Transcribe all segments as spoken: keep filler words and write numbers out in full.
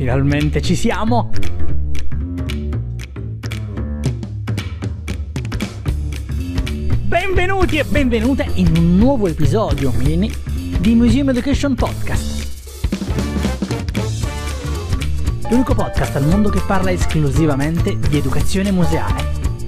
Finalmente ci siamo! Benvenuti e benvenute in un nuovo episodio mini di Museum Education Podcast. L'unico podcast al mondo che parla esclusivamente di educazione museale.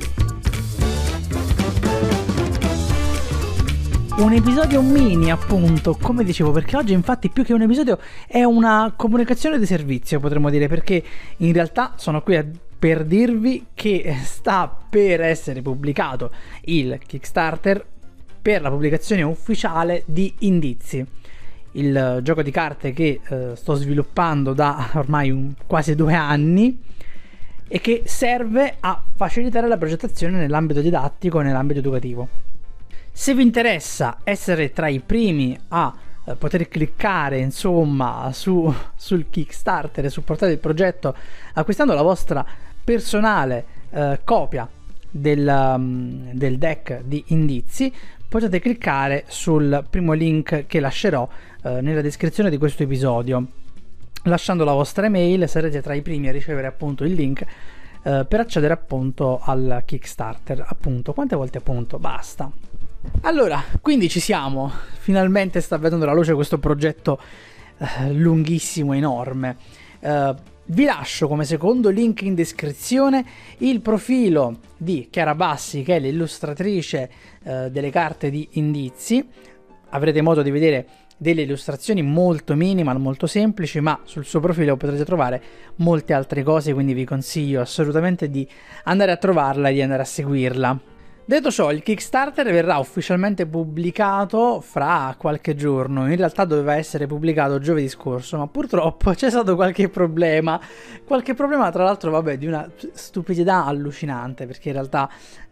Un episodio mini, appunto, come dicevo, perché oggi infatti più che un episodio è una comunicazione di servizio, potremmo dire, perché in realtà sono qui a, per dirvi che sta per essere pubblicato il Kickstarter per la pubblicazione ufficiale di Indizi, il gioco di carte che eh, sto sviluppando da ormai un, quasi due anni e che serve a facilitare la progettazione nell'ambito didattico e nell'ambito educativo. Se vi interessa essere tra i primi a eh, poter cliccare insomma su, sul Kickstarter e supportare il progetto acquistando la vostra personale eh, copia del, um, del deck di Indizi, potete cliccare sul primo link che lascerò eh, nella descrizione di questo episodio. Lasciando la vostra email sarete tra i primi a ricevere appunto il link eh, per accedere appunto al Kickstarter. Appunto, quante volte appunto? Basta. Allora, quindi ci siamo, finalmente sta vedendo la luce questo progetto eh, lunghissimo, enorme. Eh, vi lascio come secondo link in descrizione il profilo di Chiara Bassi, che è l'illustratrice eh, delle carte di Indizi. Avrete modo di vedere delle illustrazioni molto minimal, molto semplici, ma sul suo profilo potrete trovare molte altre cose, quindi vi consiglio assolutamente di andare a trovarla e di andare a seguirla. Detto ciò, il Kickstarter verrà ufficialmente pubblicato fra qualche giorno. In realtà doveva essere pubblicato giovedì scorso, ma purtroppo c'è stato qualche problema. Qualche problema, tra l'altro, vabbè, di una stupidità allucinante, perché in realtà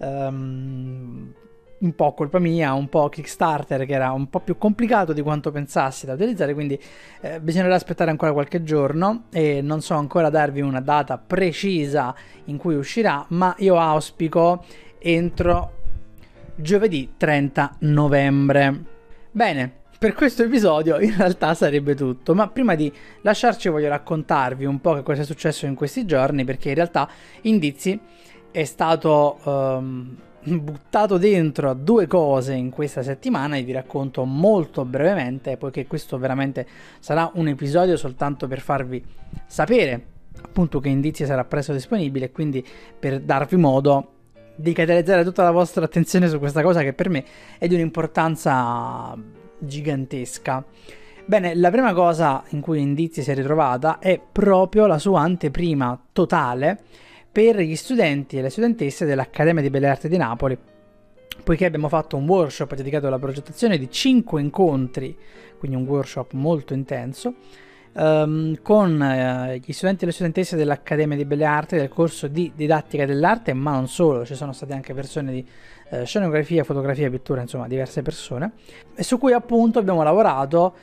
um, un po' colpa mia, un po' Kickstarter che era un po' più complicato di quanto pensassi da utilizzare, quindi eh, bisognerà aspettare ancora qualche giorno e non so ancora darvi una data precisa in cui uscirà, ma io auspico entro giovedì trenta novembre. Bene, per questo episodio in realtà sarebbe tutto, ma prima di lasciarci voglio raccontarvi un po' che cosa è successo in questi giorni, perché in realtà Indizi è stato um, buttato dentro a due cose in questa settimana e vi racconto molto brevemente, poiché questo veramente sarà un episodio soltanto per farvi sapere appunto che Indizi sarà presto disponibile, e quindi per darvi modo di catalizzare tutta la vostra attenzione su questa cosa che per me è di un'importanza gigantesca. Bene, la prima cosa in cui Indizi si è ritrovata è proprio la sua anteprima totale per gli studenti e le studentesse dell'Accademia di Belle Arti di Napoli, poiché abbiamo fatto un workshop dedicato alla progettazione di cinque incontri, quindi un workshop molto intenso, Um, con uh, gli studenti e le studentesse dell'Accademia di Belle Arti del corso di didattica dell'arte, ma non solo, ci sono state anche persone di uh, scenografia, fotografia, pittura, insomma diverse persone, e su cui appunto abbiamo lavorato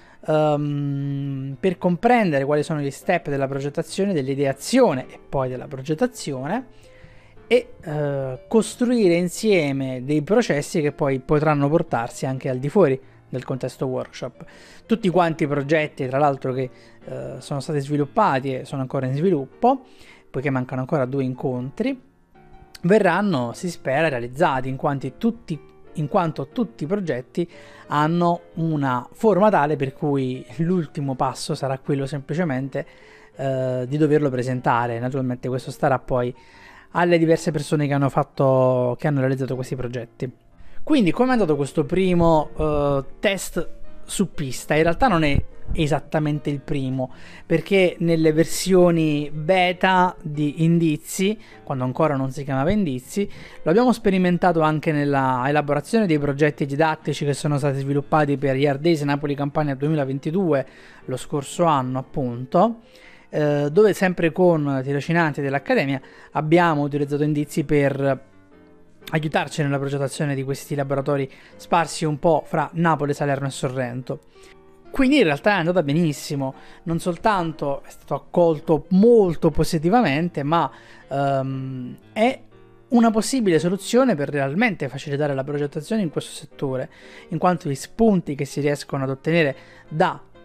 um, per comprendere quali sono gli step della progettazione, dell'ideazione e poi della progettazione, e uh, costruire insieme dei processi che poi potranno portarsi anche al di fuori del contesto workshop. Tutti quanti i progetti, tra l'altro, che eh, sono stati sviluppati e sono ancora in sviluppo, poiché mancano ancora due incontri, verranno, si spera, realizzati, in quanto tutti, in quanto tutti i progetti hanno una forma tale per cui l'ultimo passo sarà quello semplicemente eh, di doverlo presentare. Naturalmente questo starà poi alle diverse persone che hanno fatto, che hanno realizzato questi progetti. Quindi come è andato questo primo uh, test su pista? In realtà non è esattamente il primo, perché nelle versioni beta di Indizi, quando ancora non si chiamava Indizi, lo abbiamo sperimentato anche nella elaborazione dei progetti didattici che sono stati sviluppati per Year Days Napoli Campania duemilaventidue, lo scorso anno appunto, eh, dove sempre con tirocinanti dell'Accademia abbiamo utilizzato Indizi per aiutarci nella progettazione di questi laboratori sparsi un po' fra Napoli, Salerno e Sorrento. Quindi in realtà è andata benissimo, non soltanto è stato accolto molto positivamente, ma um, è una possibile soluzione per realmente facilitare la progettazione in questo settore, in quanto gli spunti che si riescono ad ottenere da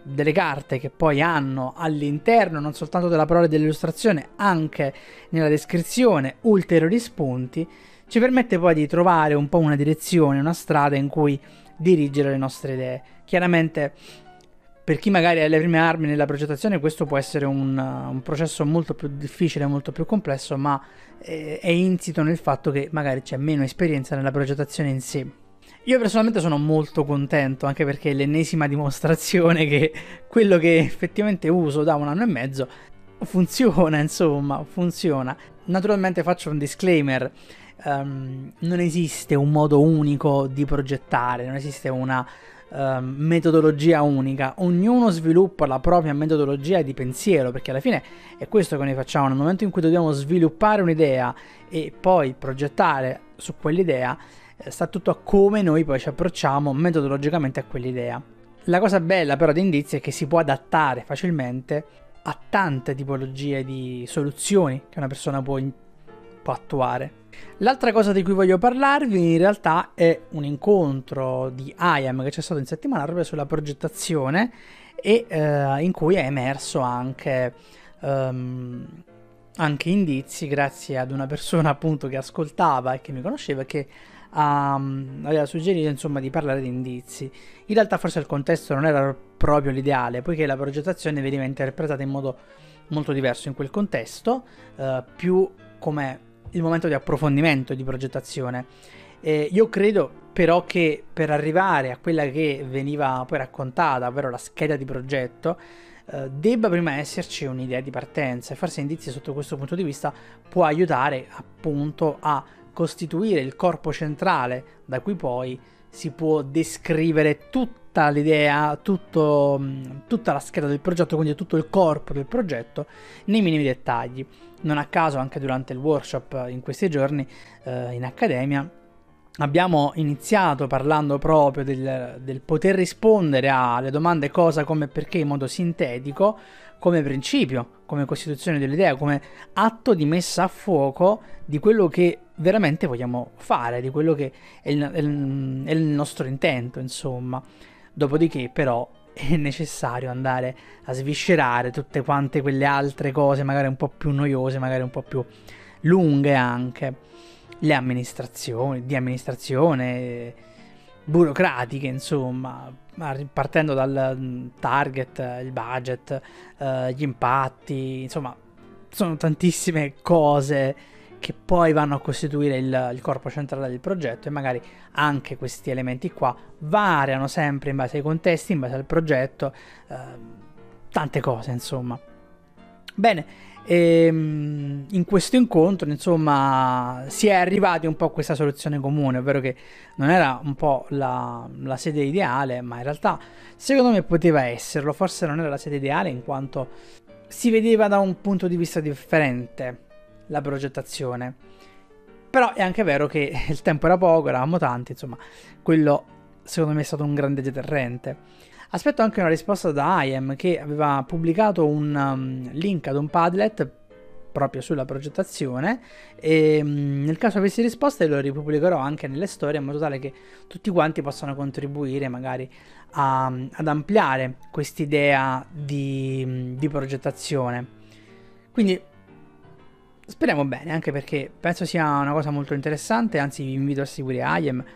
delle carte che poi hanno all'interno non soltanto della parola e dell'illustrazione, anche nella descrizione, ulteriori spunti, ci permette poi di trovare un po' una direzione, una strada in cui dirigere le nostre idee. Chiaramente per chi magari ha le prime armi nella progettazione questo può essere un, un processo molto più difficile, molto più complesso, ma è, è insito nel fatto che magari c'è meno esperienza nella progettazione in sé. Io personalmente sono molto contento, anche perché è l'ennesima dimostrazione che quello che effettivamente uso da un anno e mezzo funziona, insomma, funziona. Naturalmente faccio un disclaimer, um, non esiste un modo unico di progettare, non esiste una um, metodologia unica, ognuno sviluppa la propria metodologia di pensiero, perché alla fine è questo che noi facciamo, nel momento in cui dobbiamo sviluppare un'idea e poi progettare su quell'idea, sta tutto a come noi poi ci approcciamo metodologicamente a quell'idea. La cosa bella però di Indizi è che si può adattare facilmente a tante tipologie di soluzioni che una persona può, può attuare. L'altra cosa di cui voglio parlarvi in realtà è un incontro di I A M che c'è stato in settimana proprio sulla progettazione e eh, in cui è emerso anche um, anche Indizi grazie ad una persona appunto che ascoltava e che mi conosceva e che Um, aveva suggerito insomma di parlare di indizi. In realtà forse il contesto non era proprio l'ideale, poiché la progettazione veniva interpretata in modo molto diverso in quel contesto, uh, più come il momento di approfondimento di progettazione. E io credo però che per arrivare a quella che veniva poi raccontata, ovvero la scheda di progetto, uh, debba prima esserci un'idea di partenza, e forse Indizi sotto questo punto di vista può aiutare appunto a costituire il corpo centrale da cui poi si può descrivere tutta l'idea, tutto, tutta la scheda del progetto, quindi tutto il corpo del progetto nei minimi dettagli. Non a caso anche durante il workshop in questi giorni eh, in accademia abbiamo iniziato parlando proprio del, del poter rispondere alle domande cosa, come e perché in modo sintetico, come principio, come costituzione dell'idea, come atto di messa a fuoco di quello che veramente vogliamo fare, di quello che è il, è il, è il nostro intento, insomma. Dopodiché però è necessario andare a sviscerare tutte quante quelle altre cose, magari un po' più noiose, magari un po' più lunghe anche, le amministrazioni, di amministrazione, burocratiche, insomma, partendo dal target, il budget, eh, gli impatti, insomma, sono tantissime cose che poi vanno a costituire il, il corpo centrale del progetto, e magari anche questi elementi qua variano sempre in base ai contesti, in base al progetto, eh, tante cose, insomma. Bene. E in questo incontro insomma si è arrivati un po' a questa soluzione comune, ovvero che non era un po' la, la sede ideale, ma in realtà secondo me poteva esserlo. Forse non era la sede ideale in quanto si vedeva da un punto di vista differente la progettazione, però è anche vero che il tempo era poco, eravamo tanti, insomma quello secondo me è stato un grande deterrente. Aspetto anche una risposta da I A M, che aveva pubblicato un um, link ad un Padlet proprio sulla progettazione, e um, nel caso avessi risposte lo ripubblicherò anche nelle storie in modo tale che tutti quanti possano contribuire magari a, ad ampliare quest'idea di, di progettazione. Quindi speriamo bene, anche perché penso sia una cosa molto interessante, anzi vi invito a seguire I A M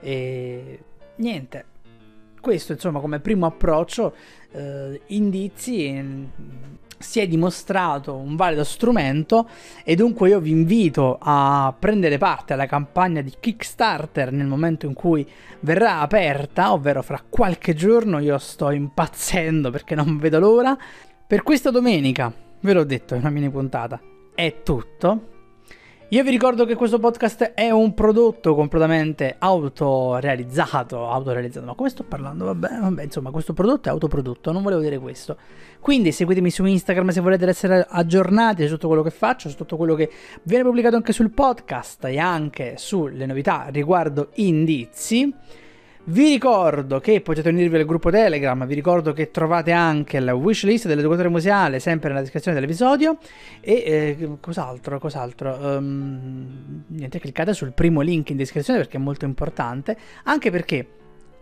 e niente. Questo insomma come primo approccio, eh, Indizi eh, si è dimostrato un valido strumento, e dunque io vi invito a prendere parte alla campagna di Kickstarter nel momento in cui verrà aperta, ovvero fra qualche giorno. Io sto impazzendo perché non vedo l'ora. Per questa domenica, ve l'ho detto, è una mini puntata, è tutto. Io vi ricordo che questo podcast è un prodotto completamente autorealizzato, autorealizzato, ma come sto parlando? Vabbè, vabbè, insomma, questo prodotto è autoprodotto, non volevo dire questo. Quindi seguitemi su Instagram se volete essere aggiornati su tutto quello che faccio, su tutto quello che viene pubblicato anche sul podcast e anche sulle novità riguardo Indizi. Vi ricordo che potete unirvi al gruppo Telegram, vi ricordo che trovate anche la wishlist dell'educatore museale sempre nella descrizione dell'episodio, e eh, cos'altro, cos'altro, um, niente, cliccate sul primo link in descrizione perché è molto importante, anche perché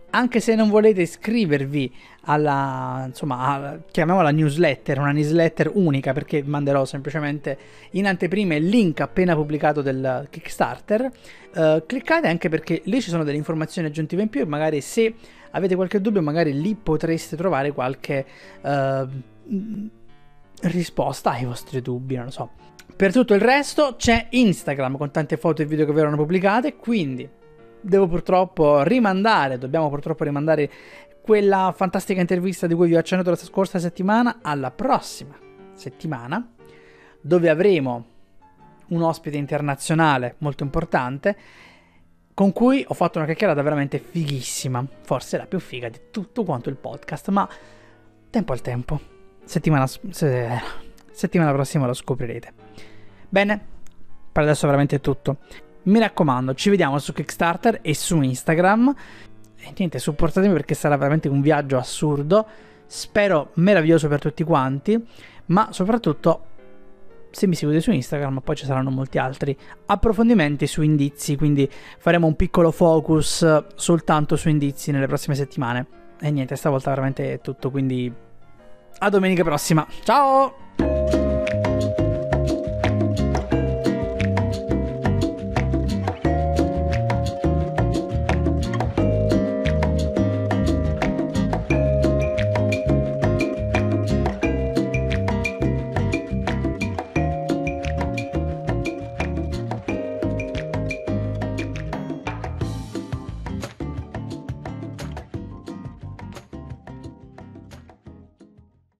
Anche se non volete iscrivervi alla, insomma, alla, chiamiamola newsletter, una newsletter unica, perché manderò semplicemente in anteprima il link appena pubblicato del Kickstarter, uh, cliccate, anche perché lì ci sono delle informazioni aggiuntive in più e magari se avete qualche dubbio magari lì potreste trovare qualche uh, risposta ai vostri dubbi, non lo so. Per tutto il resto c'è Instagram con tante foto e video che verranno pubblicate, quindi devo purtroppo rimandare, dobbiamo purtroppo rimandare quella fantastica intervista di cui vi ho accennato la scorsa settimana alla prossima settimana, dove avremo un ospite internazionale molto importante con cui ho fatto una chiacchierata veramente fighissima, forse la più figa di tutto quanto il podcast, ma tempo al tempo, settimana, se, settimana prossima lo scoprirete. Bene, per adesso veramente è tutto. Mi raccomando, ci vediamo su Kickstarter e su Instagram. E niente, supportatemi perché sarà veramente un viaggio assurdo. Spero meraviglioso per tutti quanti. Ma soprattutto, se mi seguite su Instagram, poi ci saranno molti altri approfondimenti su indizi. Quindi faremo un piccolo focus soltanto su indizi nelle prossime settimane. E niente, stavolta veramente è tutto. Quindi a domenica prossima. Ciao!